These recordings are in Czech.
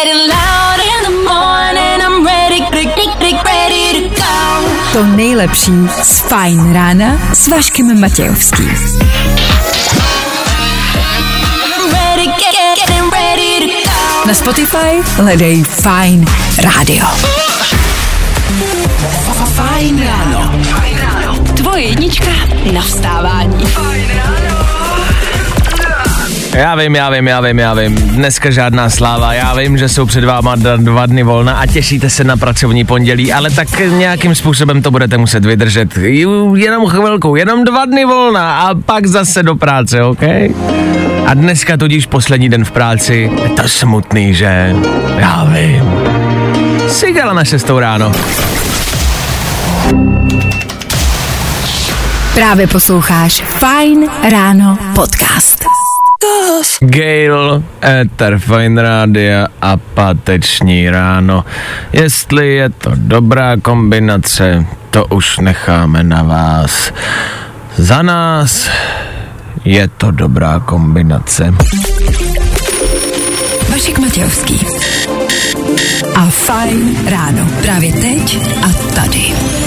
To nejlepší z Fajn rána s Vaškem Matějovským. Na Spotify hledej Fajn rádio. Fajn ráno. Tvoje jednička na vstávání. Já vím. Dneska žádná sláva, já vím, že jsou před váma 2 dny volna a těšíte se na pracovní pondělí, ale tak nějakým způsobem to budete muset vydržet. Jenom chvilku, jenom 2 dny volna a pak zase do práce, OK? A dneska tudíž poslední den v práci, je to smutný, že? Já vím. Sigala na 6 ráno. Právě posloucháš Fajn ráno podcast. Gail, éter Fajn rádia a páteční ráno. Jestli je to dobrá kombinace, to už necháme na vás. Za nás je to dobrá kombinace. Vašek Matějovský a Fajn ráno. Právě teď a tady.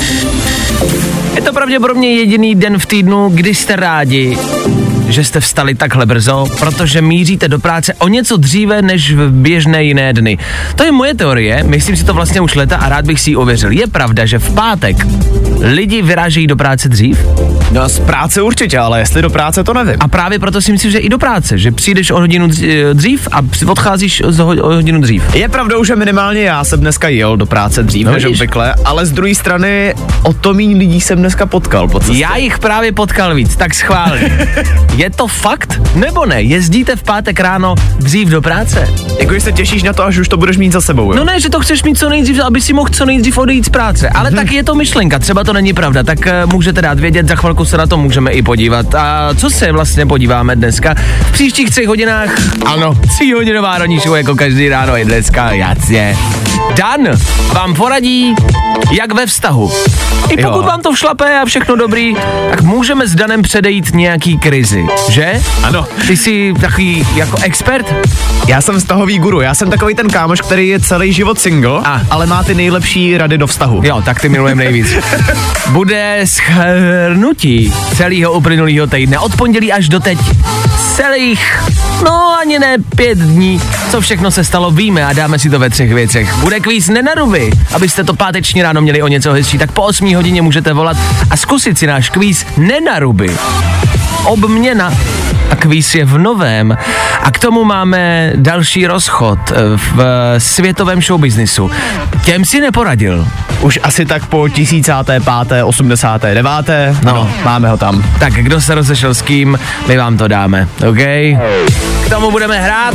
Je to pravděpodobně jediný den v týdnu, kdy jste rádi, že jste vstali takhle brzo, protože míříte do práce o něco dříve než v běžné jiné dny. To je moje teorie, myslím si to vlastně už leta a rád bych si ji ověřil. Je pravda, že v pátek lidi vyrážejí do práce dřív? No z práce určitě, ale jestli do práce, to nevím. A právě proto si myslím, že i do práce, že přijdeš o hodinu dřív a odcházíš o hodinu dřív. Je pravdou, že minimálně já jsem dneska jel do práce dřív než obvykle, ale z druhé strany o to méně lidí jsem dneska potkal po cestě. Já jich právě potkal víc, tak schválně. Je to fakt? Nebo ne? Jezdíte v pátek ráno dřív do práce? Jako se těšíš na to, až už to budeš mít za sebou, jo? No ne, že to chceš mít co nejdřív, aby si mohl co nejdřív odejít z práce. Ale tak je to myšlenka, třeba to není pravda, tak můžete dát vědět, za chvilku se na to můžeme i podívat. A co se vlastně podíváme dneska? V příštích 3 hodinách, ano, 3hodinová ranní show jako každý ráno je dneska, jasně. Dan vám poradí, jak ve vztahu. I pokud vám to všlape a všechno dobrý, tak můžeme s Danem předejít nějaký krizi, že? Ano. Ty jsi takový jako expert? Já jsem vztahový guru, já jsem takový ten kámoš, který je celý život single, ale má ty nejlepší rady do vztahu. Jo, tak ty milujem nejvíc. Bude shrnutí celého uplynulého týdne, od pondělí až do teď. Celých, no ani ne 5 dní, co všechno se stalo, víme a dáme si to ve 3 věcech. Bude kvíz Nenaruby, abyste to páteční ráno měli o něco hezčí, tak po 8 hodině můžete volat a zkusit si náš kvíz Nenaruby. Obměna a kvíz je v novém. A k tomu máme další rozchod v světovém showbiznisu. Těm si neporadil. Už asi tak po 1005., 89. No, máme ho tam. Tak kdo se rozešel s kým, my vám to dáme, OK? K tomu budeme hrát,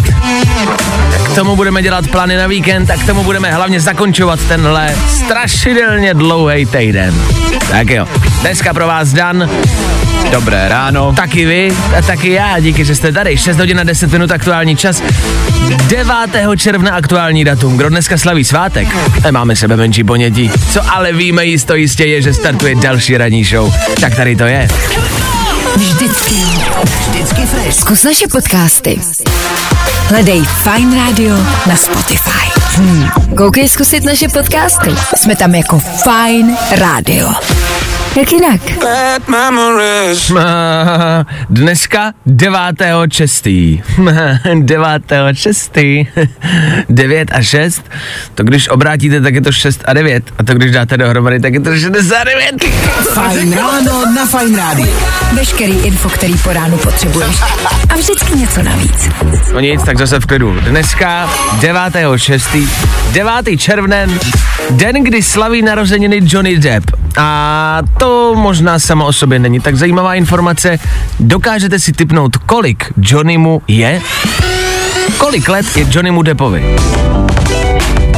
k tomu budeme dělat plány na víkend a k tomu budeme hlavně zakončovat tenhle strašidelně dlouhý týden. Tak jo, dneska pro vás Dan. Dobré ráno. Taky vy a taky já, díky, že jste tady. 6 hodin a 10 minut aktuální čas. 9. června aktuální datum. Kdo dneska slaví svátek? Nemáme sebe menší ponětí. Co ale víme jistě je, že startuje další ranní show. Tak tady to je. Vždycky fresh. Zkus naše podcasty. Hledej Fajn rádio na Spotify. Koukej zkusit naše podcasty. Jsme tam jako Fajn rádio. Jak jinak? Dneska 9.6. 9.6. 9 a 6. To když obrátíte, tak je to 6 a 9. A to když dáte dohromady, tak je to 69. Fajn ráno na Fajn rádiu. Veškerý info, který po ránu potřebuješ. A vždycky něco navíc. No nic, tak zase v klidu. Dneska 9.6. 9. červnen. Den, kdy slaví narozeniny Johnny Depp. A to možná samo o sobě není tak zajímavá informace. Dokážete si tipnout, kolik Johnnymu je? Kolik let je Johnnymu Deppovi?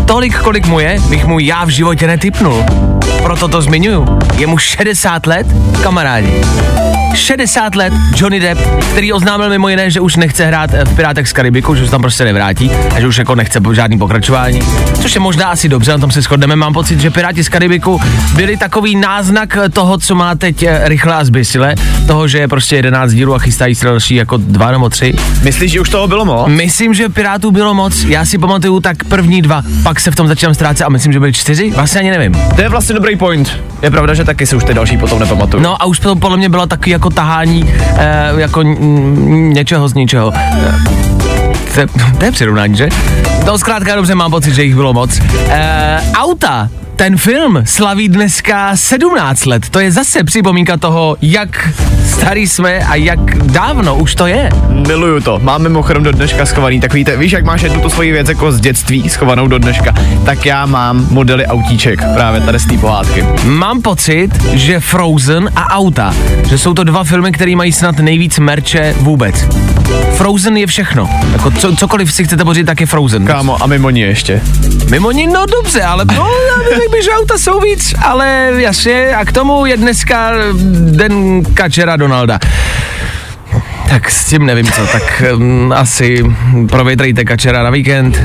tolik, kolik mu je, bych mu já v životě netipnul. Proto to zmiňuju. Je mu 60 let, kamarádi. 60 let Johnny Depp, který oznámil mimo jiné, že už nechce hrát v Pirátech z Karibiku, že už tam prostě nevrátí a že už jako nechce žádný pokračování, což je možná asi dobře, na tom se shodneme. Mám pocit, že Piráti z Karibiku byli takový náznak toho, co má teď Rychle a zbysile, toho, že je prostě 11 dílů a chystají se další jako 2 nebo 3. Myslíš, že už toho bylo moc? Myslím, že Pirátů bylo moc, já si pamatuju tak první 2, pak se v tom začínám ztrácet a myslím, že byly 4, vlastně ani nevím. To je vlastně dobrý point. Je pravda, že taky se už ty další potom nepamatuju. No a už to podle mě bylo taky jako tahání jako něčeho z ničeho. To je přirovnání, že? To zkrátka dobře, mám pocit, že jich bylo moc. Auta. Ten film slaví dneska 17 let. To je zase připomínka toho, jak starý jsme a jak dávno už to je. Miluju to. Mám mimochodem do dneška schovaný takový, víš, jak máš jednu tu svoji věc jako z dětství schovanou do dneška, tak já mám modely autíček právě tady z té pohádky. Mám pocit, že Frozen a auta, že jsou to 2 filmy, které mají snad nejvíc merče vůbec. Frozen je všechno. Jako cokoliv si chcete pořídit, tak je Frozen. Kámo, a Mimoni ještě. Mimoni, no dobře, ale no, já nevím, že auta jsou víc, ale jasně, a k tomu je dneska den kačera Donalda. Tak s tím nevím co, tak asi provětrejte kačera na víkend.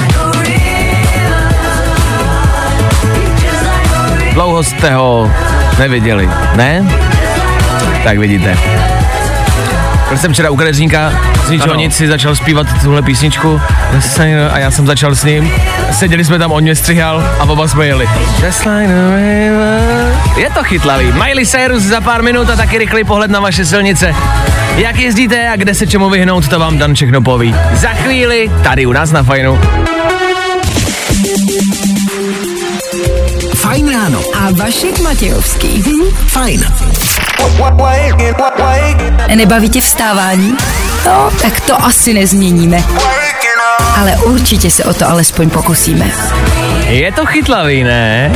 Dlouho jste ho neviděli, ne? Tak vidíte. Byl jsem včera u kadeřníka, z ničeho nic si začal zpívat tuhle písničku a já jsem začal s ním. Seděli jsme tam, on mě střihal a oba jsme jeli. Je to chytlavý. Miley Cyrus za pár minut a taky rychlý pohled na vaše silnice. Jak jezdíte a kde se čemu vyhnout, to vám Dan všechno poví. Za chvíli tady u nás na Fajnu. Fajn ráno. A Vašek Matějovský. Fajn. Nebaví tě vstávání? No, tak to asi nezměníme. Ale určitě se o to alespoň pokusíme. Je to chytlavý, ne?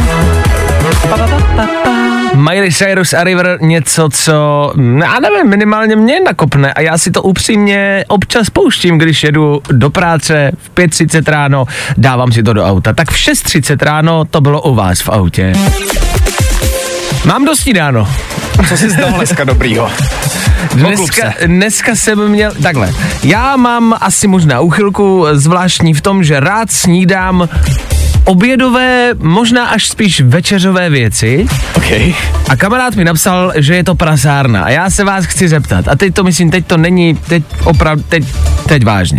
Miley Cyrus a River, něco, co, já nevím, minimálně mě nakopne a já si to upřímně občas pouštím, když jedu do práce v 5:30 ráno, dávám si to do auta. Tak v 6:30 ráno to bylo u vás v autě. Mám do snídáno. Co jsi zdal dneska dobrýho? Dneska jsem měl, takhle, já mám asi možná úchylku zvláštní v tom, že rád snídám obědové, možná až spíš večeřové věci. Okay. A kamarád mi napsal, že je to prasárna a já se vás chci zeptat. A teď to myslím, teď to není, teď opravdu, teď vážně.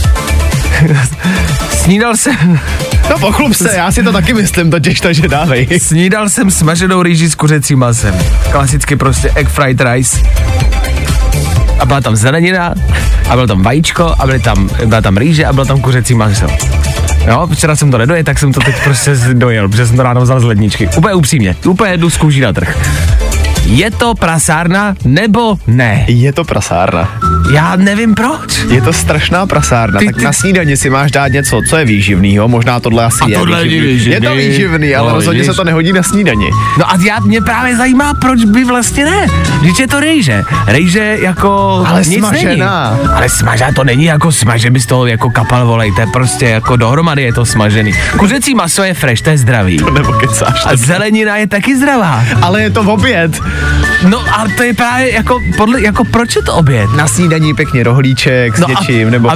Snídal jsem... No pochlup se, já si to taky myslím totiž, takže dávej. Snídal jsem smaženou rýži s kuřecím masem. Klasicky prostě egg fried rice. A byla tam zelenina, a bylo tam vajíčko, a byla tam rýže a bylo tam kuřecí maso. Jo, včera jsem to nedojel, tak jsem to teď prostě dojel, protože jsem to ráno vzal z ledničky. Úplně upřímně, úplně jdu z kůží na trh. Je to prasárna nebo ne? Je to prasárna. Já nevím proč. Je to strašná prasárna. Tak na snídani si máš dát něco, co je výživnýho, možná tohle asi je výživný. Je to výživný, ale rozhodně se to nehodí na snídani. No a mě právě zajímá, proč by vlastně ne. Když je to rejže. Rejže jako ale nic smažená. Není. Ale smažená to není jako smaže, by z toho jako kapal volej, to je prostě jako dohromady je to smažený. Kuřecí maso je fresh, to je zdravý. To nebo kecáš. A zelenina je taky zdravá. Ale je to v oběd. No a to je právě jako proč je to oběd? Na snídaní pěkně rohlíček s něčím, nebo...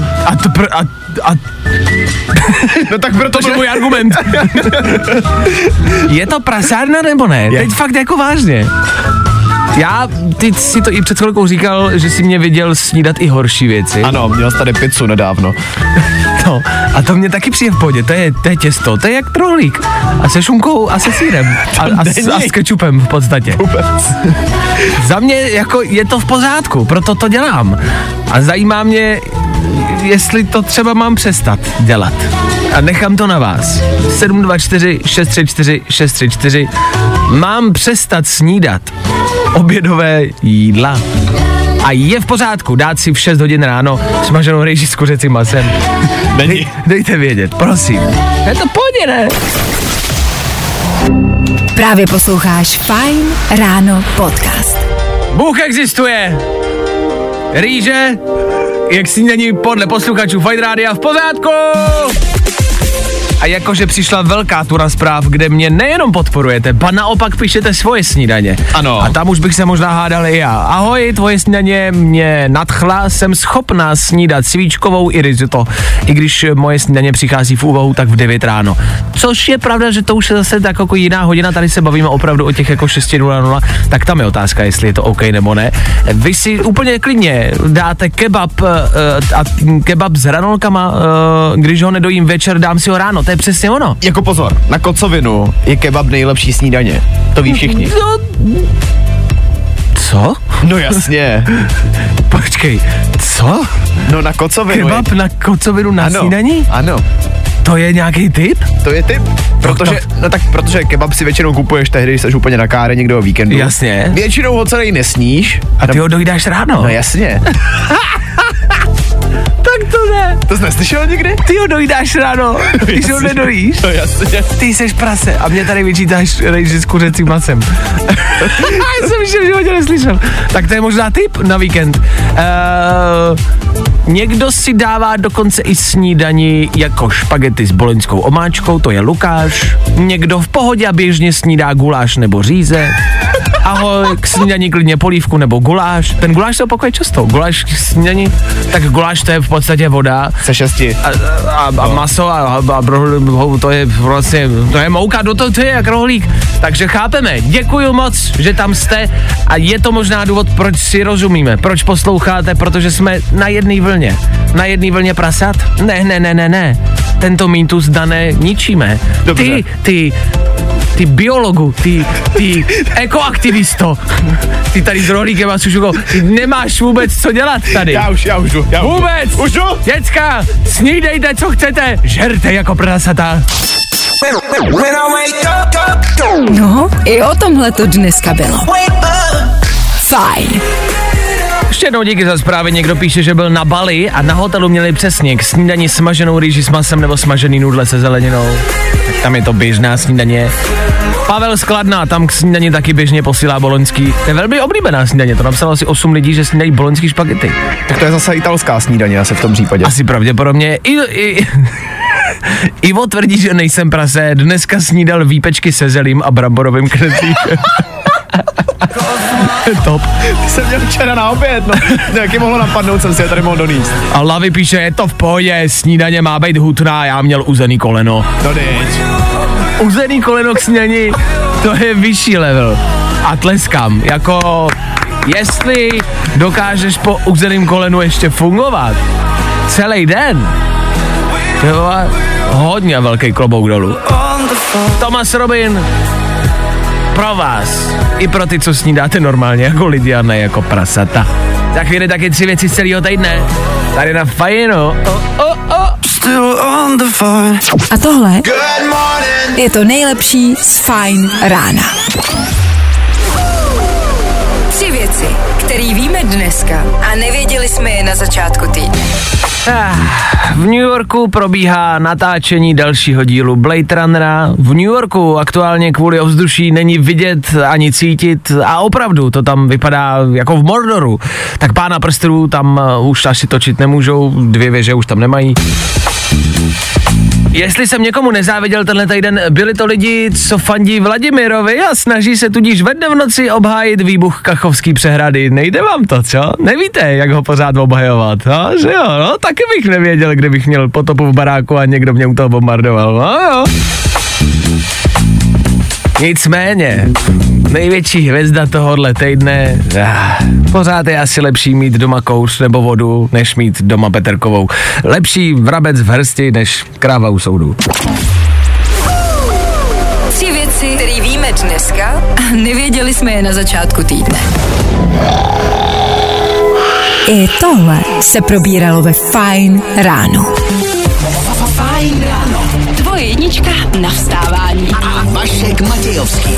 No tak protože... To můj argument. Je to prasárna nebo ne? Je. Teď fakt jako vážně. Ty si to i před chvilkou říkal, že jsi mě viděl snídat i horší věci. Ano, měl jsi tady pizzu nedávno. No, a to mě taky přijde v pohodě, to je těsto, to je jak rohlík. A se šunkou a se sýrem. A s kečupem v podstatě. Vůbec. Za mě jako je to v pořádku, proto to dělám. A zajímá mě, jestli to třeba mám přestat dělat. A nechám to na vás. 724 634 634. Mám přestat snídat obědové jídla. A je v pořádku dát si v 6 hodin ráno smaženou rejži s kuřecím masem. Dejte vědět, prosím. Je to pohodě, ne? Právě posloucháš Fajn ráno podcast. Bůh existuje. Rýže, jak snídaní podle posluchačů Fajn rádia v pořádku. A jakože přišla velká tura zpráv, kde mě nejenom podporujete, ba naopak píšete svoje snídaně. Ano. A tam už bych se možná hádal i já. Ahoj, tvoje snídaně mě nadchla, jsem schopná snídat svíčkovou i risotto, i když moje snídaně přichází v úvahu tak v 9 ráno. Což je pravda, že to už je zase tak jako jiná hodina, tady se bavíme opravdu o těch jako 6:00, tak tam je otázka, jestli je to OK nebo ne. Vy si úplně klidně dáte kebab s hranolkama, když ho nedojím večer, dám si ho ráno, to je přesně ono. Jako pozor, na kocovinu je kebab nejlepší snídaně, to ví všichni. Co? No jasně. Počkej, co? No na kocovinu. Kebab na kocovinu na snídaní? Ano. To je nějaký tip? To je tip, protože kebab si většinou kupuješ tehdy, když jsi úplně na káre někdo o víkendu. Jasně. Většinou ho celý nesníš. A ty ho dojídáš ráno? No jasně. Tak to ne. To jsi neslyšel nikdy? Ty ho dojídáš ráno, když ho nedojíš. No jasně. Ty seš prase a mě tady vyčítáš rejži s kuřecím masem. Já jsem ještě v životě neslyšel. Tak to je možná tip na víkend. Někdo si dává dokonce i snídani jako špagety s boloňskou omáčkou, to je Lukáš. Někdo v pohodě a běžně snídá guláš nebo říze. Ahoj, k snídani klidně polívku nebo guláš. Ten guláš se opakuje často. Guláš k snídani, tak guláš to je v podstatě voda. Se 6. A maso a to je vlastně, to je mouka, to je jak rohlík. Takže chápeme, děkuju moc, že tam jste a je to možná důvod, proč si rozumíme, proč posloucháte, protože jsme na jedné vlně. Na jedné vlně prasat? Ne. Tento mýtus, Dané, ničíme. Dobře. Ty biologu, ty ekoaktivisto, ty tady s rohlíkem a sušukou, ty nemáš vůbec co dělat tady. Já už jdu. Vůbec! Už jdu? Děcka, snídejte, co chcete, žerte jako prasata. No, i o tomhle to dneska bylo. Fajn. Ještě jednou díky za zprávy, někdo píše, že byl na Bali a na hotelu měli přesně k snídani smaženou rýži s masem nebo smažený nudle se zeleninou. Tak tam je to běžná snídaně. Pavel z Kladna tam k snídani taky běžně posílá boloňský. To je velmi oblíbená snídaně, to napsalo asi 8 lidí, že snídají boloňský špagety. Tak to je zase italská snídaně asi v tom případě. Asi pravděpodobně. Ivo tvrdí, že nejsem prase, dneska snídal výpečky se zelím a bramborovým knedlíkem. Top. Ty jsem měl včera na oběd, no. Jaký mohlo napadnout, jsem si je tady mohl donést. A Lavi píše, je to v pohodě, snídaně má být hutná, já měl uzený koleno. No deď. Uzený koleno k snídani, to je vyšší level. A tleskám, jako jestli dokážeš po uzeným kolenu ještě fungovat celý den, to je hodně velký klobouk dolů. Thomas Robin, pro vás, i pro ty, co snídáte normálně jako lidi a ne jako prasata. Za chvíli taky 3 věci z celého týdne. Tady na Fajnu. A tohle je to nejlepší z Fajn rána. 3 věci, které víme dneska a nevěděli jsme je na začátku týdne. V New Yorku probíhá natáčení dalšího dílu Blade Runnera. V New Yorku aktuálně kvůli ovzduší není vidět ani cítit a opravdu to tam vypadá jako v Mordoru. Tak Pána prstenů tam už asi točit nemůžou, 2 věže už tam nemají. Jestli jsem někomu nezáviděl tenhle týden, byli to lidi, co fandí Vladimirovi a snaží se tudíž ve dne v noci obhájit výbuch Kachovský přehrady. Nejde vám to, co? Nevíte, jak ho pořád obhajovat, no? Že jo, no? Taky bych nevěděl, kdybych měl potopu v baráku a někdo mě u toho bombardoval, no jo. Nicméně, největší hvězda tohohle týdne, pořád je asi lepší mít doma kouř nebo vodu, než mít doma Peterkovou. Lepší vrabec v hrsti, než kráva u soudu. 3 věci, které víme dneska a nevěděli jsme je na začátku týdne. I tohle se probíralo ve Fajn ráno. Fajn ráno. Tvoje jednička na vstávání. A Vašek Matějovský.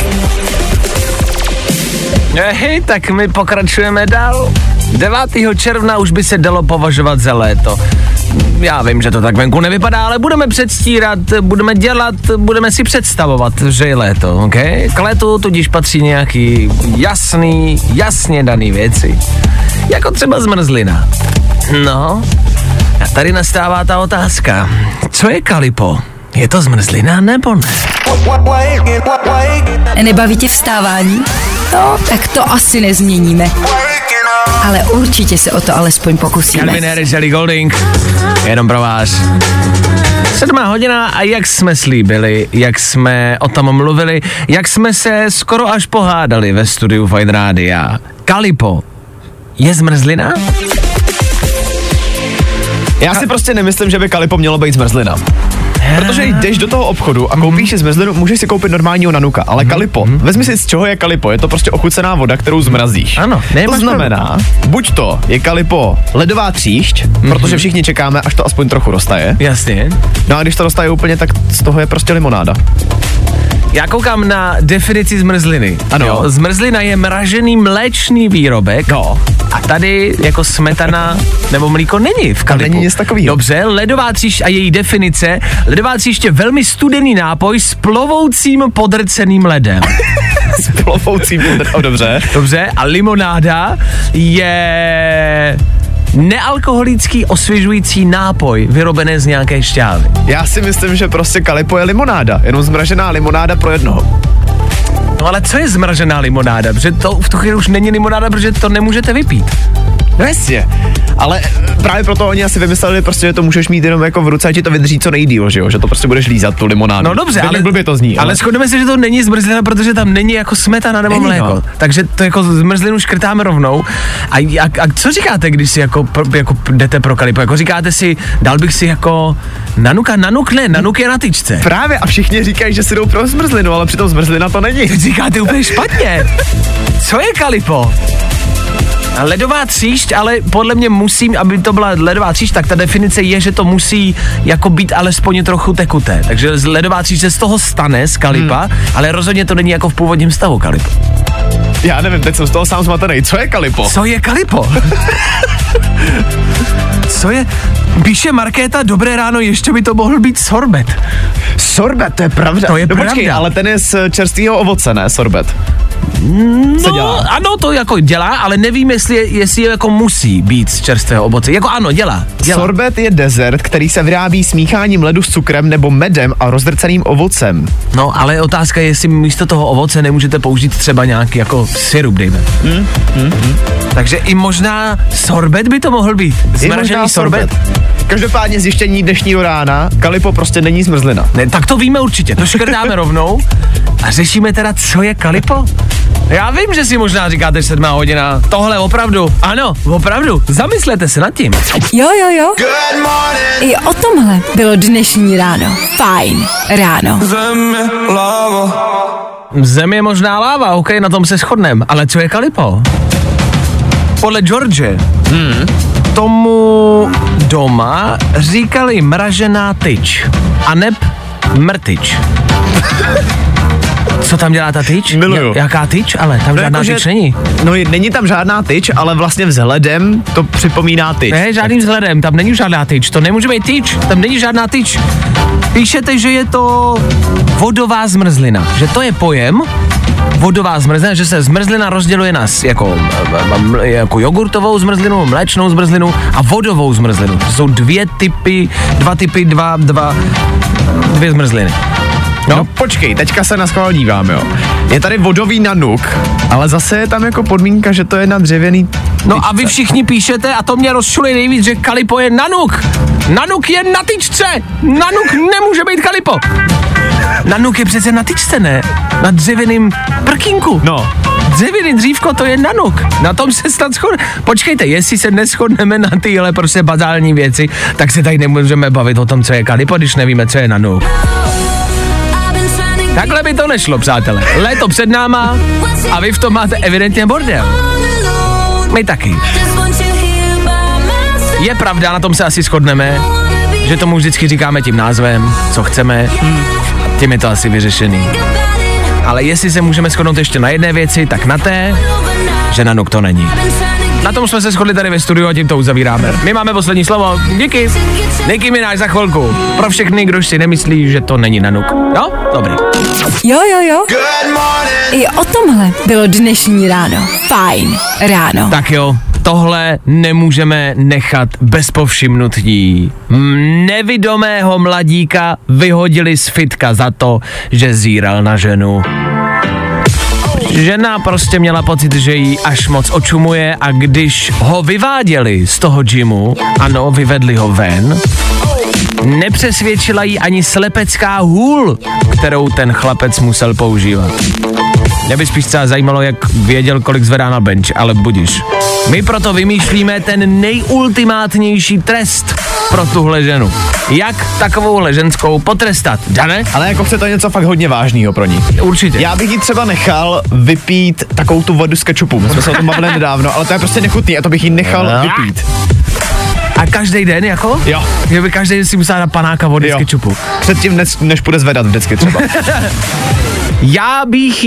Hej, tak my pokračujeme dál. 9. června už by se dalo považovat za léto. Já vím, že to tak venku nevypadá, ale budeme předstírat, budeme dělat, budeme si představovat, že je léto, ok? K létu tudíž patří nějaký jasně daný věci. Jako třeba zmrzlina. No, a tady nastává ta otázka. Co je kalipo? Je to zmrzlina nebo ne? Nebaví tě vstávání? No, tak to asi nezměníme. Ale určitě se o to alespoň pokusíme. Calvin Harris, Ellie Goulding, jenom pro vás. 7 hodina a jak jsme slíbili, jak jsme o tom mluvili, jak jsme se skoro až pohádali ve studiu Fajn Rádia. Kalipo je zmrzlina? Já si prostě nemyslím, že by Kalipo mělo být zmrzlina. Protože jdeš do toho obchodu a koupíš si zmrzlinu, můžeš si koupit normálního nanuka, ale Kalipo, vezmi si z čeho je Kalipo, je to prostě ochucená voda, kterou zmrazíš. Ano, to znamená, buď to je Kalipo ledová tříšť, protože všichni čekáme, až to aspoň trochu roztaje. Jasně. No a když to roztaje úplně, tak z toho je prostě limonáda. Já koukám na definici zmrzliny. Ano. Jo, zmrzlina je mražený mléčný výrobek. No. A tady jako smetana nebo mlíko není v Kalipu. Není nic takového. Dobře, ledová tříšť a její definice. Ledová tříšť je velmi studený nápoj s plovoucím podrceným ledem. S plovoucím dobře. Dobře, a limonáda je nealkoholický osvěžující nápoj vyrobený z nějaké šťávy. Já si myslím, že prostě Kalipo je limonáda, jenom zmražená limonáda pro jednoho. No ale co je zmražená limonáda? Protože to v tu chvíli už není limonáda, protože to nemůžete vypít. No jasně, ale právě proto oni asi vymysleli prostě, že to můžeš mít jenom jako v ruce a ti to vydrží co nejdýl, že jo? Že to prostě budeš lízat tu limonádu. No dobře, ale blbě to zní. Ale shodneme se, že to není zmrzlina, protože tam není jako smetana nebo mléko. No. Takže to jako zmrzlinu škrtáme rovnou. A co říkáte, když si jako jdete pro Kalipo? Jako říkáte si, dal bych si jako nanuka? Nanuk ne, nanuk je na tyčce. Právě a všichni říkají, že si jdou pro zmrzlinu, ale přitom zmrzlina to není. Teď říkáte úplně špatně. Co je Kalipo? Ledová tříšť, ale podle mě musím, aby to byla ledová tříšť, tak ta definice je, že to musí jako být alespoň trochu tekuté. Takže ledová tříšť se z toho stane, z Kalipa, ale rozhodně to není jako v původním stavu Kalipo. Já nevím, teď jsem z toho sám zmatený. Co je Kalipo? Co je Kalipo? Co je? Píše Markéta, dobré ráno, ještě by to mohl být sorbet. Sorbet, to je pravda. To je pravda. Počkej, ale ten je z čerstvého ovoce, ne sorbet? Co dělá? Ano, to jako dělá, ale nevím, jestli jako musí být z čerstvého ovoce. Jako ano, dělá. Sorbet je dezert, který se vyrábí smícháním ledu s cukrem nebo medem a rozdrceným ovocem. No, ale otázka je, jestli místo toho ovoce nemůžete použít třeba nějaký jako syrup, dejme. Takže i možná sorbet by to mohl být. Zmražený sorbet. Každopádně zjištění dnešního rána, Kalipo prostě není zmrzlina. Ne, tak to víme určitě, to škrtáme rovnou a řešíme teda, co je Kalipo. Já vím, že si možná říkáte 7 hodina, tohle opravdu, ano, opravdu, zamyslete se nad tím. Jo. I o tomhle bylo dnešní ráno. Fajn ráno. Zem je možná láva, ok, na tom se shodneme, ale co je Kalipo? Podle George, tomu doma říkali mražená tyč, aneb mrtyč. Co tam dělá ta tyč? Miluju. Jaká tyč? Ale tam žádná tyč není. No není tam žádná tyč, ale vlastně vzhledem to připomíná tyč. Ne, žádným vzhledem, tam není žádná tyč, to nemůže být tyč, tam není žádná tyč. Píšete, že je to vodová zmrzlina, že to je pojem, vodová zmrzlina, že se zmrzlina rozděluje na jako jogurtovou zmrzlinu, mléčnou zmrzlinu a vodovou zmrzlinu. To jsou dvě zmrzliny. No počkej, teďka se na schvál dívám, jo. Je tady vodový nanuk, ale zase je tam jako podmínka, že to je na dřevěný tyčce. No a vy všichni píšete, a to mě rozčuluje nejvíc, že Kalipo je nanuk. Nanuk je na tyčce. Nanuk nemůže být Kalipo. Nanuk je přece na tyčce, ne? Na dřevěným prkínku. No. Dřevěný dřívko, to je nanuk. Na tom se snad shodneme. Počkejte, jestli se neshodneme na tyhle prostě bazální věci, tak se tady nemůžeme bavit o tom, co je Kalipo, když nevíme, co je nanuk. Takhle by to nešlo, přátelé. Léto před náma a vy v tom máte evidentně bordel. My taky. Je pravda, na tom se asi shodneme, že tomu vždycky říkáme tím názvem, co chceme, tím je to asi vyřešený. Ale jestli se můžeme shodnout ještě na jedné věci, tak na té, že nanuk to není. Na tom jsme se shodli tady ve studiu a tím to uzavíráme. My máme poslední slovo. Díky. Nicki Minaj za chvilku. Pro všechny, kdo si nemyslí, že to není nanuk. Jo? Dobrý. Jo. I o tomhle bylo dnešní ráno. Fajn ráno. Tak jo. Tohle nemůžeme nechat bez povšimnutí. Nevidomého mladíka vyhodili z fitka za to, že zíral na ženu. Žena prostě měla pocit, že jí až moc očumuje a když ho vyváděli z toho gymu, ano, vyvedli ho ven, nepřesvědčila jí ani slepecká hůl, kterou ten chlapec musel používat. Mě by spíš třeba zajímalo, jak věděl, kolik zvedá na bench, ale budiš. My proto vymýšlíme ten nejultimátnější trest pro tuhle ženu. Jak takovouhle ženskou potrestat, Dane? Ale jako chce to něco fakt hodně vážného pro ní. Určitě. Já bych jí třeba nechal vypít takovou tu vodu s kečupem. My jsme se o tom bavili nedávno, ale to je prostě nechutný a to bych jí nechal vypít. A každý den jako? Jo. Že by každý den si musel dát panáka vody z kečupu. Předtím, než půjde zvedat vždycky třeba. Já bych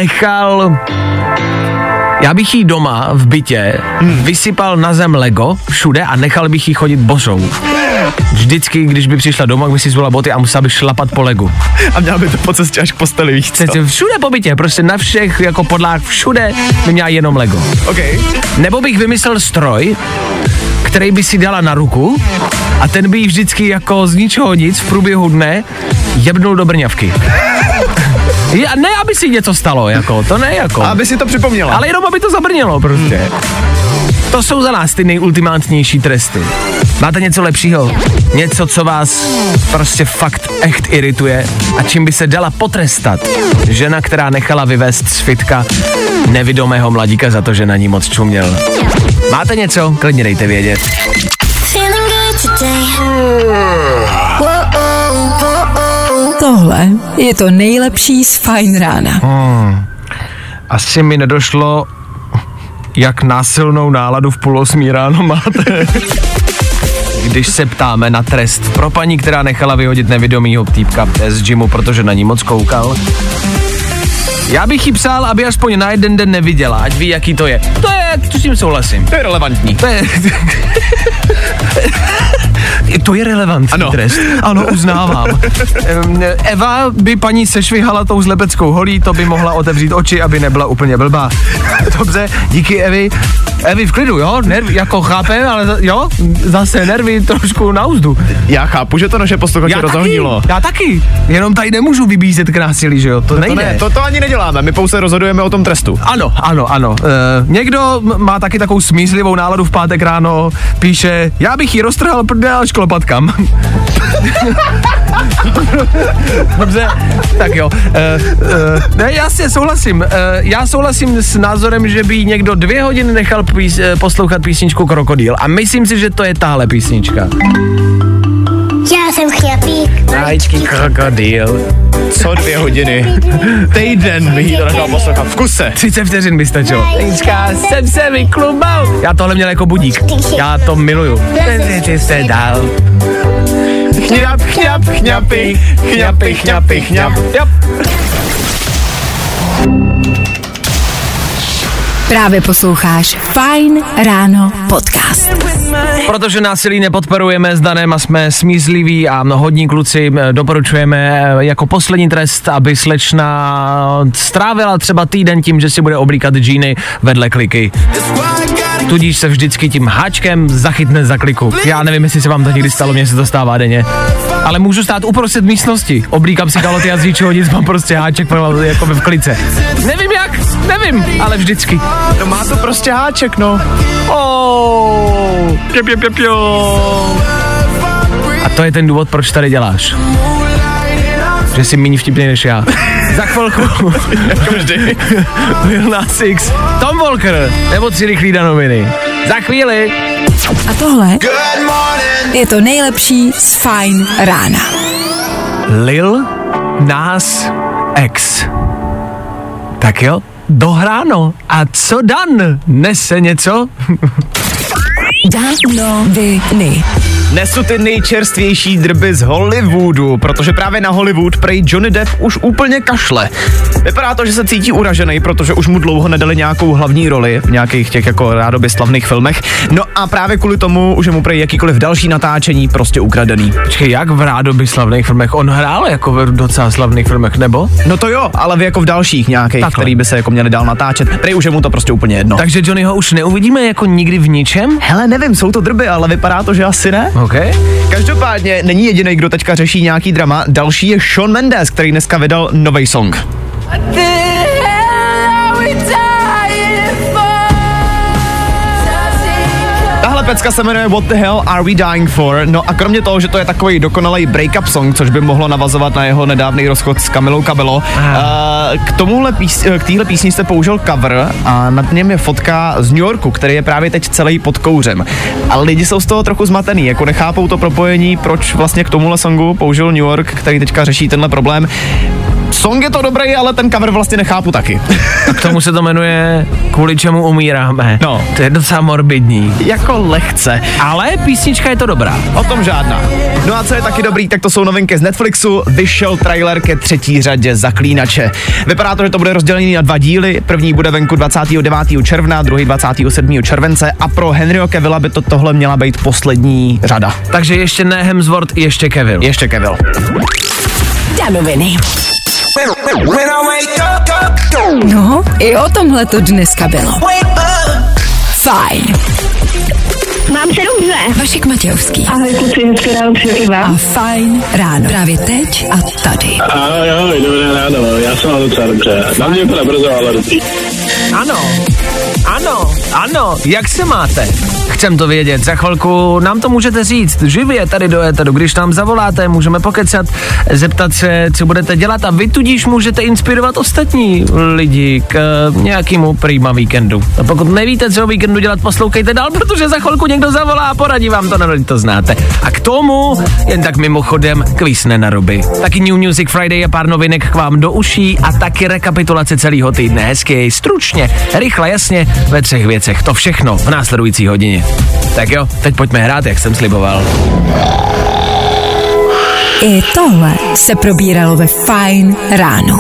jí doma v bytě vysypal na zem Lego všude a nechal bych jí chodit bosou. Vždycky, když by přišla domů, by si zvolila boty a musela by šlapat po Legu. A měla by to po cestě až k posteli, víš co? Všude po bytě, prostě na všech jako podlách, všude by měla jenom Lego. Okay. Nebo bych vymyslel stroj, který by si dala na ruku a ten by jí vždycky jako z ničeho nic v průběhu dne jebnul do brňavky. Ne, aby si něco stalo, jako, to ne jako. A aby si to připomněla. Ale jenom, aby to zabrnělo prostě. To jsou za nás ty nejultimátnější tresty. Máte něco lepšího? Něco, co vás prostě fakt echt irituje a čím by se dala potrestat žena, která nechala vyvést z fitka nevidomého mladíka za to, že na ní moc čuměl. Máte něco? Klidně dejte vědět. Tohle je to nejlepší z Fajn rána. Asi mi nedošlo, jak násilnou náladu v 7:30 ráno máte. Když se ptáme na trest pro paní, která nechala vyhodit nevidomýho týpka z gymu, protože na ní moc koukal. Já bych jí přál, aby aspoň na jeden den neviděla, ať ví, jaký to je. To s tím souhlasím. To je relevantní. To je relevantní trest. Ano, uznávám. Eva by paní sešvihala tou zlepeckou holí, to by mohla otevřít oči, aby nebyla úplně blbá. Dobře, díky Evi. Evi v klidu, jo? Nervy, jako chápem, ale jo? Zase nervy trošku na úzdu. Já chápu, že to naše posluchače rozohnilo. Já taky. Jenom tady nemůžu vybízet k násilí, že jo? To nejde. To ani neděláme, my pouze rozhodujeme o tom trestu. Ano. Někdo má taky takovou smířlivou náladu v pátek ráno, píše, já bych jí roztrhal prdel až k lopatkám. Dobře, tak jo. Ne, jasně, souhlasím. Já souhlasím s názorem, že by někdo 2 hodiny nechal poslouchat písničku Krokodýl a myslím si, že to je tahle písnička. Já jsem chňapík. Najčký krokodýl. Co 2 hodiny? Týden bych jí to nechal poslouchat. V kuse. 30 vteřin by stačilo. Teďka jsem se vyklubal. Já tohle měl jako budík. Já to miluju. Ty se dál. Chňap, chňap, chňapy, chňapy, chňapy, chňap. Yep. Právě posloucháš Fajn ráno podcast. Protože násilí nepodporujeme s Danem a jsme smířliví a hodní kluci, doporučujeme jako poslední trest, aby slečna strávila třeba týden tím, že si bude oblíkat džíny vedle kliky. Tudíž se vždycky tím háčkem zachytne za kliku. Já nevím, jestli se vám to někdy stalo, mně se to stává denně. Ale můžu stát uprostřed místnosti, oblíkám si kaloty a z ničeho nic, mám prostě háček jako v klice. Nevím, ale vždycky. No má to prostě háček, no. A to je ten důvod, proč tady děláš. Že jsi méně vtipný než já. Za chvilku. Jako vždy. Lil Nas X, Tom Walker, nebo 3 rychlý danoviny. Za chvíli. A tohle je to nejlepší z Fajn rána. Lil Nas X. Tak jo, dohráno. A co Dan? Nese něco? Danoviny. Nesu ty nejčerstvější drby z Hollywoodu, protože právě na Hollywood prej Johnny Depp už úplně kašle. Vypadá to, že se cítí uražený, protože už mu dlouho nedali nějakou hlavní roli v nějakých těch jako rádoby slavných filmech. No a právě kvůli tomu, že mu prej jakýkoliv další natáčení prostě ukradený. Počkej, jak v rádoby slavných filmech? On hrál jako v docela slavných filmech, nebo? No to jo, ale jako v dalších nějakých, Takhle. který by se jako měli dál natáčet. Prej už je mu to prostě úplně jedno. Takže Johnnyho už neuvidíme jako nikdy v ničem? Hele, nevím, jsou to drby, ale vypadá to, že asi ne. OK. Každopádně není jediný, kdo teďka řeší nějaký drama. Další je Shawn Mendes, který dneska vydal nový song. Tahle pecka se jmenuje What the Hell Are We Dying For? No a kromě toho, že to je takový dokonalý break-up song, což by mohlo navazovat na jeho nedávný rozchod s Camilou Cabello, k téhle písni jste použil cover a nad něm je fotka z New Yorku, který je právě teď celý pod kouřem. A lidi jsou z toho trochu zmatený, jako nechápou to propojení, proč vlastně k tomuhle songu použil New York, který teďka řeší tenhle problém. Song je to dobrý, ale ten cover vlastně nechápu taky. A k tomu se to jmenuje Kvůli čemu umíráme. No. To je docela morbidní. Jako lehce. Ale písnička je to dobrá. O tom žádná. No a co je taky dobrý, tak to jsou novinky z Netflixu. Vyšel trailer ke 3. řadě Zaklínače. Vypadá to, že to bude rozdělený na 2 díly. První bude venku 29. června, druhý 27. července a pro Henryho Cavilla by tohle měla být poslední řada. Takže ještě ne Hemsworth, ještě Cavill. Ještě Cavill. Danoviny. No, i o tomhle to dneska bylo. Fajn. Mám se dobře. Vašek Matějovský. Ahoj kluci, hezké ráno přeji A vám. Fajn ráno. Právě teď a tady. Ahoj, dobré ráno, já jsem mám docela dobře. Na mě to nebrzo, ale dobrý. Ano, jak se máte? Chcem to vědět, za chvilku nám to můžete říct, živě tady do éteru, když nám zavoláte, můžeme pokecat, zeptat se, co budete dělat a vy tudíž můžete inspirovat ostatní lidi k nějakému prýma víkendu. A pokud nevíte, co o víkendu dělat, poslouchejte dál, protože za chvilku někdo zavolá a poradí vám to, nevím, to znáte. A k tomu, jen tak mimochodem, kvíz nenaruby. Taky New Music Friday a pár novinek k vám do uší a taky rekapitulace celého týdne. Hezky, stručně, rychle, jasně, ve 3 věcech. To všechno v následující hodině. Tak jo, teď pojďme hrát, jak jsem sliboval. I tohle se probíralo ve Fajn ráno.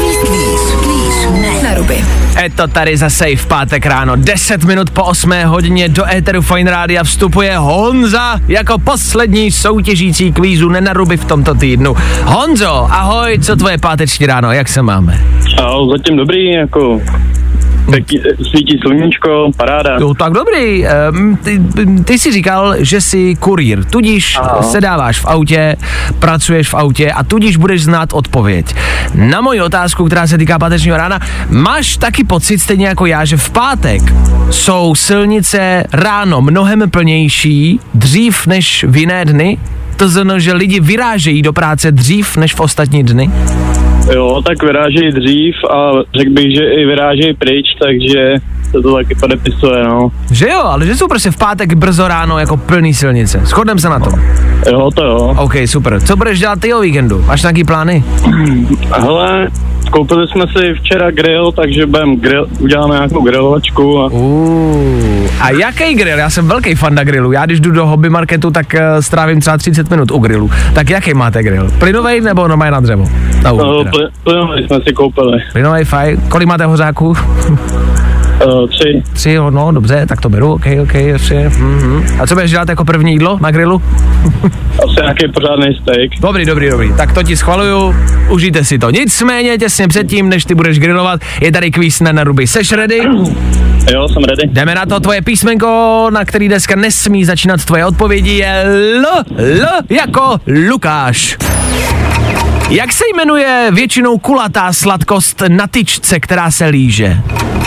Na ruby. Je to tady zase i v pátek ráno, 10 minut po 8 hodině do éteru Fajn rádia vstupuje Honza jako poslední soutěžící kvízu Nenaruby v tomto týdnu. Honzo, ahoj, co tvoje páteční ráno, jak se máme? Zatím dobrý, jako svítí sluníčko, paráda. No, tak dobrý, ty jsi říkal, že jsi kurýr, tudíž se dáváš v autě, pracuješ v autě a tudíž budeš znát odpověď. Na moji otázku, která se týká pátečního rána, máš taky pocit, stejně jako já, že v pátek jsou silnice ráno mnohem plnější, dřív než v jiné dny? To znamená, že lidi vyrážejí do práce dřív než v ostatní dny? Jo, tak vyrážejí dřív a řekl bych, že i vyrážejí pryč, takže se to taky podepisuje, no. Že jo, ale že jsou prostě v pátek brzo ráno jako plný silnice. Shodneme se na tom. Jo, to jo. OK, super. Co budeš dělat ty o víkendu? Máš nějaký plány? Hele, koupili jsme si včera grill, takže uděláme nějakou grilovačku a... A jaký grill? Já jsem velký fan na grillu. Já když jdu do hobby marketu, tak strávím třeba 30 minut u grillu. Tak jaký máte grill? Plynovej nebo normálně na dřevo? Plynovej jsme si koupili. Plynovej, fajn. Kolik máte hořáků? 3. 3, no dobře, tak to beru, ok, ještě. A co budeš dělat jako první jídlo na grillu? Asi nějaký pořádný steak. Dobrý, tak to ti schvaluju, užijte si to. Nicméně těsně předtím, než ty budeš grilovat, je tady kvíz na ruby. Seš ready? Jo, jsem ready. Jdeme na to, tvoje písmenko, na který dneska nesmí začínat tvoje odpovědi je L jako Lukáš. Jak se jmenuje většinou kulatá sladkost na tyčce, která se líže?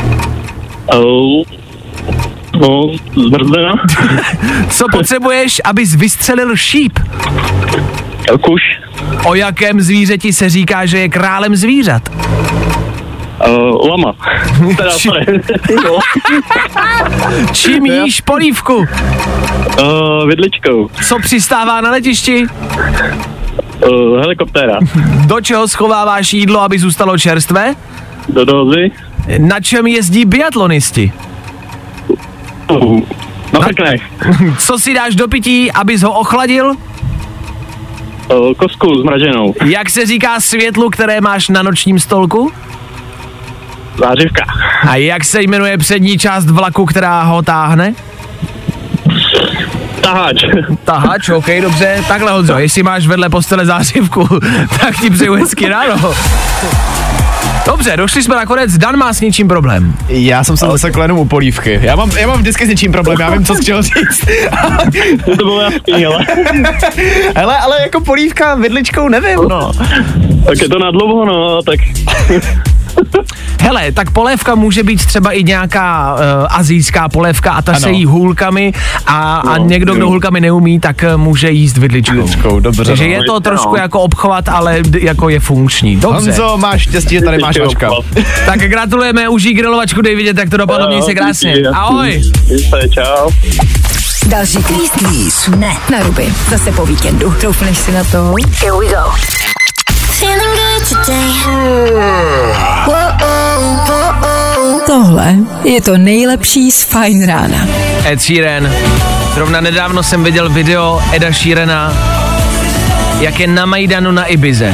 Zmrzlina. Co potřebuješ, abys vystřelil šíp? Kuš. O jakém zvířeti se říká, že je králem zvířat? Lama. Čím jíš polívku? Vidličkou. Co přistává na letišti? Helikoptéra. Do čeho schováváš jídlo, aby zůstalo čerstvé? Do dozy. Na čem jezdí biatlonisti? No tak ne. Co si dáš do pití, abys ho ochladil? Kostku zmraženou. Jak se říká světlu, které máš na nočním stolku? Zářivka. A jak se jmenuje přední část vlaku, která ho táhne? Taháč. Taháč, ok, dobře. Takhle, Honzo, jestli máš vedle postele zářivku, tak ti přeju hezky ráno. Dobře, došli jsme nakonec, Dan má s něčím problém. Já jsem se zasekl jenom u polívky. Já mám vždycky s něčím problém, já vím, co z čeho říct. To bylo jasný, hele. ale jako polívka vidličkou nevím, no. Tak je to nadlouho, no, tak... Hele, tak polévka může být třeba i nějaká asijská polévka a ta ano. se jí hůlkami a někdo, kdo hůlkami neumí, tak může jíst vidličkou. Dobře. Takže no. je to trošku jako obchvat, ale jako je funkční. Dobře. Honzo, máš štěstí, že tady máš Vaška. Tak gratulujeme, užij grilovačku, dej vidět, jak to dopadlo, měj se krásně. Ahoj. Čau. Další kvíz. Ne, na ruby. Zase po víkendu. Troufneš si na to? Here we go. Tohle je to nejlepší z Fajn rána. Ed Sheeran. Zrovna nedávno jsem viděl video Eda Sheerana, jak je na Majdanu na Ibize.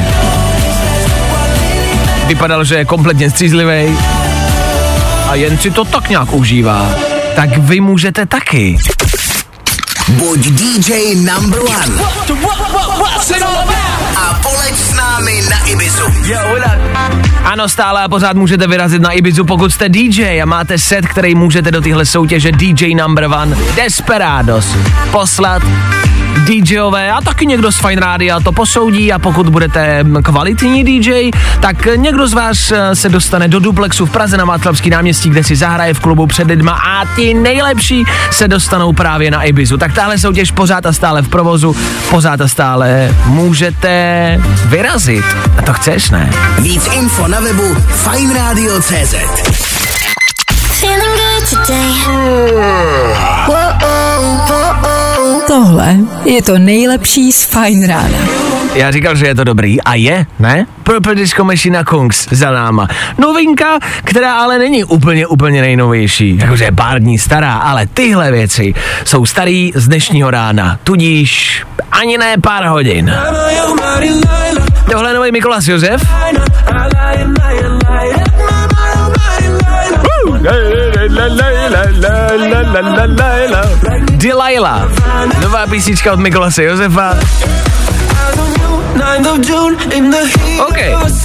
Vypadal, že je kompletně střízlivý a jen si to tak nějak užívá. Tak vy můžete taky. Buď DJ number one a poleď s námi na Ibizu. Ano, stále a pořád můžete vyrazit na Ibizu, pokud jste DJ a máte set, který můžete do téhle soutěže DJ number one Desperados poslat. DJové a taky někdo z Fajn Rádia to posoudí a pokud budete kvalitní DJ, tak někdo z vás se dostane do duplexu v Praze na Václavský náměstí, kde si zahraje v klubu před lidma a ty nejlepší se dostanou právě na Ibizu. Tak tahle soutěž pořád a stále v provozu, pořád a stále můžete vyrazit. A to chceš, ne? Víc info na webu fajnradio.cz. Tohle je to nejlepší z Fajn rána. Já říkal, že je to dobrý. A je, ne? Purple Disco Machine Kungs za náma. Novinka, která ale není úplně nejnovější. Jakože je pár dní stará, ale tyhle věci jsou starý z dnešního rána. Tudíž ani ne pár hodin. Tohle je nový Mikolas Josef. Delilah. Nová písnička od Mikolase Josefa. OK.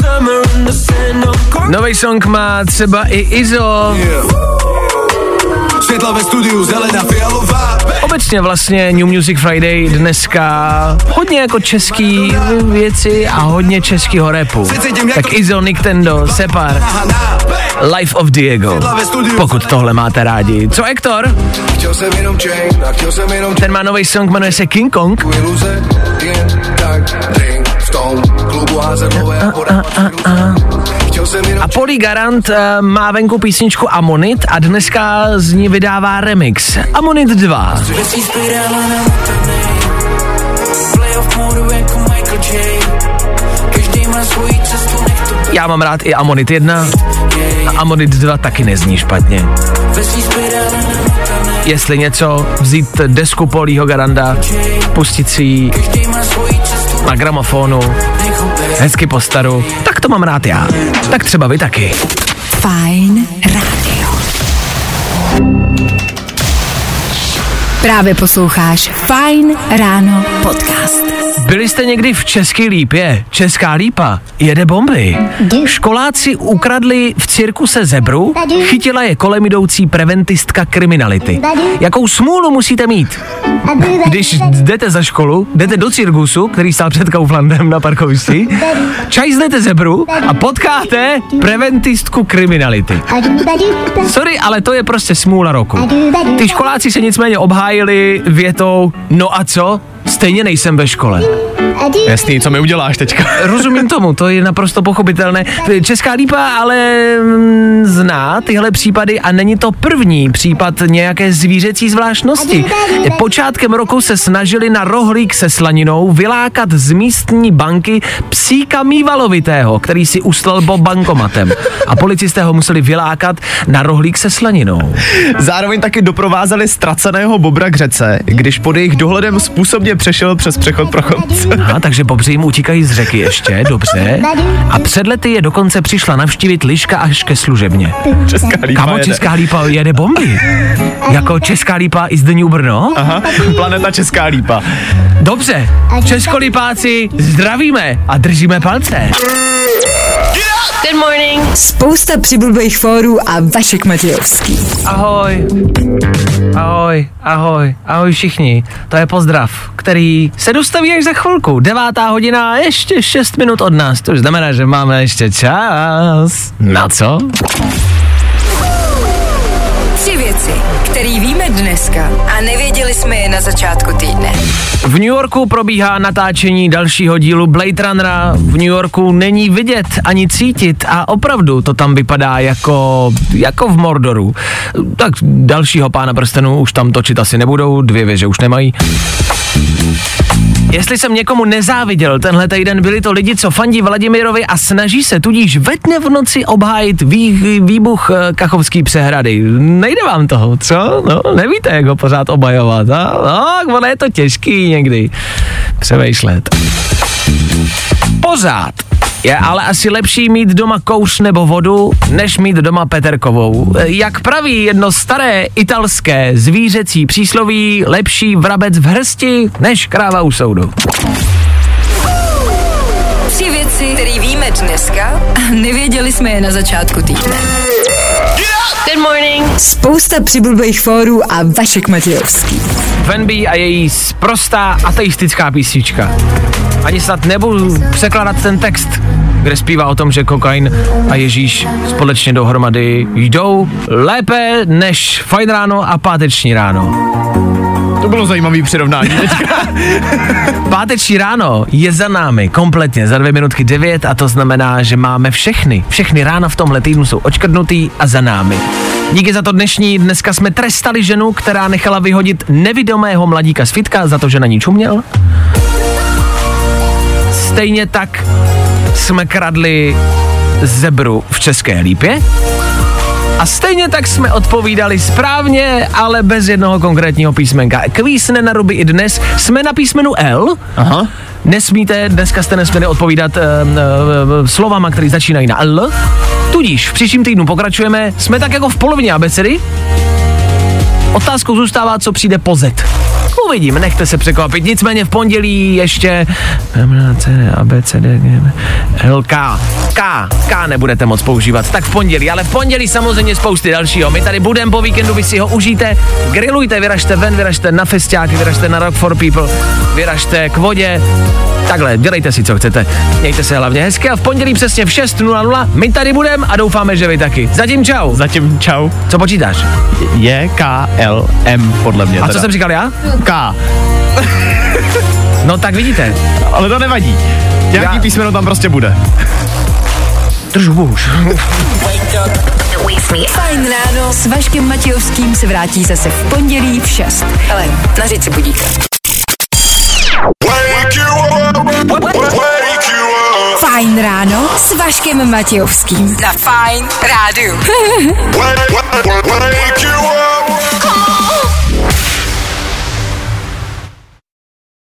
Nový song má třeba i Izzo. Světla ve studiu, zelená fialová. Obecně vlastně New Music Friday dneska hodně jako český věci a hodně českýho rapu. Tak Izzo, Nintendo, Separ, Life of Diego. Pokud tohle máte rádi. Co Hector? Ten má nový song, jmenuje se King Kong. A Polly Garant má venku písničku Amonit a dneska z ní vydává remix Amonit 2. Já mám rád i Amonit 1 a Amonit 2 taky nezní špatně. Jestli něco, vzít desku Pollyho Garanta, pustit si ji na gramofonu, hezky po staru, tak to mám rád já. Tak třeba vy taky. Fajn rádio. Právě posloucháš Fajn ráno podcast. Byli jste někdy v České Lípě? Česká Lípa jede bomby. Školáci ukradli v cirkuse zebru, chytila je kolem jdoucí preventistka kriminality. Jakou smůlu musíte mít? Když jdete za školu, jdete do cirkusu, který stál před Kauflandem na parkovišti, čajznete zebru a potkáte preventistku kriminality. Sorry, ale to je prostě smůla roku. Ty školáci se nicméně obhájili větou, no a co? Stejně nejsem ve škole. Jasný, co mi uděláš teďka? Rozumím tomu, to je naprosto pochopitelné. Česká Lípa ale zná tyhle případy a není to první případ nějaké zvířecí zvláštnosti. Počátkem roku se snažili na rohlík se slaninou vylákat z místní banky psíka mývalovitého, který si uslal bankomatem. A policisté ho museli vylákat na rohlík se slaninou. Zároveň taky doprovázeli ztraceného bobra k řece, když pod jejich dohledem způsobně přešel přes přechod pro chodce. Aha, takže bobři jim utíkají z řeky ještě, dobře. A před lety je dokonce přišla navštívit liška až ke služebně. Česká Lípa Kámo, jede. Česká Lípa jede bomby. Jako Česká Lípa is the new Brno? Aha, planeta Česká Lípa. Dobře, Českolípáci, zdravíme a držíme palce. Good morning. Spousta přibulbých fórů a Vašek Matějovský. Ahoj. Ahoj všichni. To je pozdrav, který se dostaví až za chvilku. 9:00, ještě 6 minut od nás. To už znamená, že máme ještě čas. Na co? 3 věci, které víme dneska a nevěděli jsme je na začátku týdne. V New Yorku probíhá natáčení dalšího dílu Blade Runnera. V New Yorku není vidět ani cítit a opravdu to tam vypadá jako v Mordoru. Tak dalšího Pána prstenů už tam točit asi nebudou, 2 věže už nemají. Jestli jsem někomu nezáviděl tenhle týden, byli to lidi, co fandí Vladimirovi a snaží se tudíž ve dne v noci obhájit výbuch Kachovský přehrady. Nejde vám toho, co? No, nevíte, jak ho pořád obhajovat. No, ono je to těžký někdy přemýšlet. Pořád je ale asi lepší mít doma kouř nebo vodu, než mít doma Peterkovou. Jak praví jedno staré italské zvířecí přísloví, lepší vrabec v hrsti, než kráva u soudu. 3 věci, které víme dneska a nevěděli jsme je na začátku týdne. Good morning. Spousta přibulbých fórů a Vašek Matějovský. Venby a její sprostá ateistická písnička. Ani snad nebudu překládat ten text, kde zpívá o tom, že kokain a Ježíš společně dohromady jdou lépe než Fajn ráno a Páteční ráno. To bylo zajímavý přirovnání teďka. Páteční ráno je za námi kompletně za 2:09 a to znamená, že máme všechny rána v tomhle týdnu jsou očkrtnutý a za námi. Díky za to dneska jsme trestali ženu, která nechala vyhodit nevidomého mladíka z fitka za to, že na ní čuměl. Stejně tak jsme kradli zebru v České Lípě. A stejně tak jsme odpovídali správně, ale bez jednoho konkrétního písmenka. Kvísne na ruby i dnes jsme na písmenu L. Aha. Dneska jste nesměli odpovídat slovama, které začínají na L. Tudíž v příštím týdnu pokračujeme, jsme tak jako v polovině abecedy. Otázkou zůstává, co přijde po Z. Uvidím, nechte se překvapit. Nicméně v pondělí ještě C, A, B, C, D, L, K nebudete moc používat. Tak v pondělí, ale v pondělí samozřejmě spousty dalšího. My tady budeme po víkendu, vy si ho užijte, grillujte, vyražte ven, vyražte na festiáky, vyražte na Rock for People, vyražte k vodě. Takhle, dělejte si, co chcete. Mějte se hlavně hezky a v pondělí přesně v 6:00 my tady budeme a doufáme, že vy taky. Zatím čau. Zatím čau. Co počítáš? Je K, L, M podle mě. A teda. co jsem říkal já? K. No tak vidíte. Ale to nevadí. Nějaký písmeno tam prostě bude. Držu už. Fajn ráno s Vaškem Matějovským se vrátí zase v pondělí v 6. Ale nařiď si budíka. Fajn ráno s Vaškem Matějovským. Na Fajn rádiu.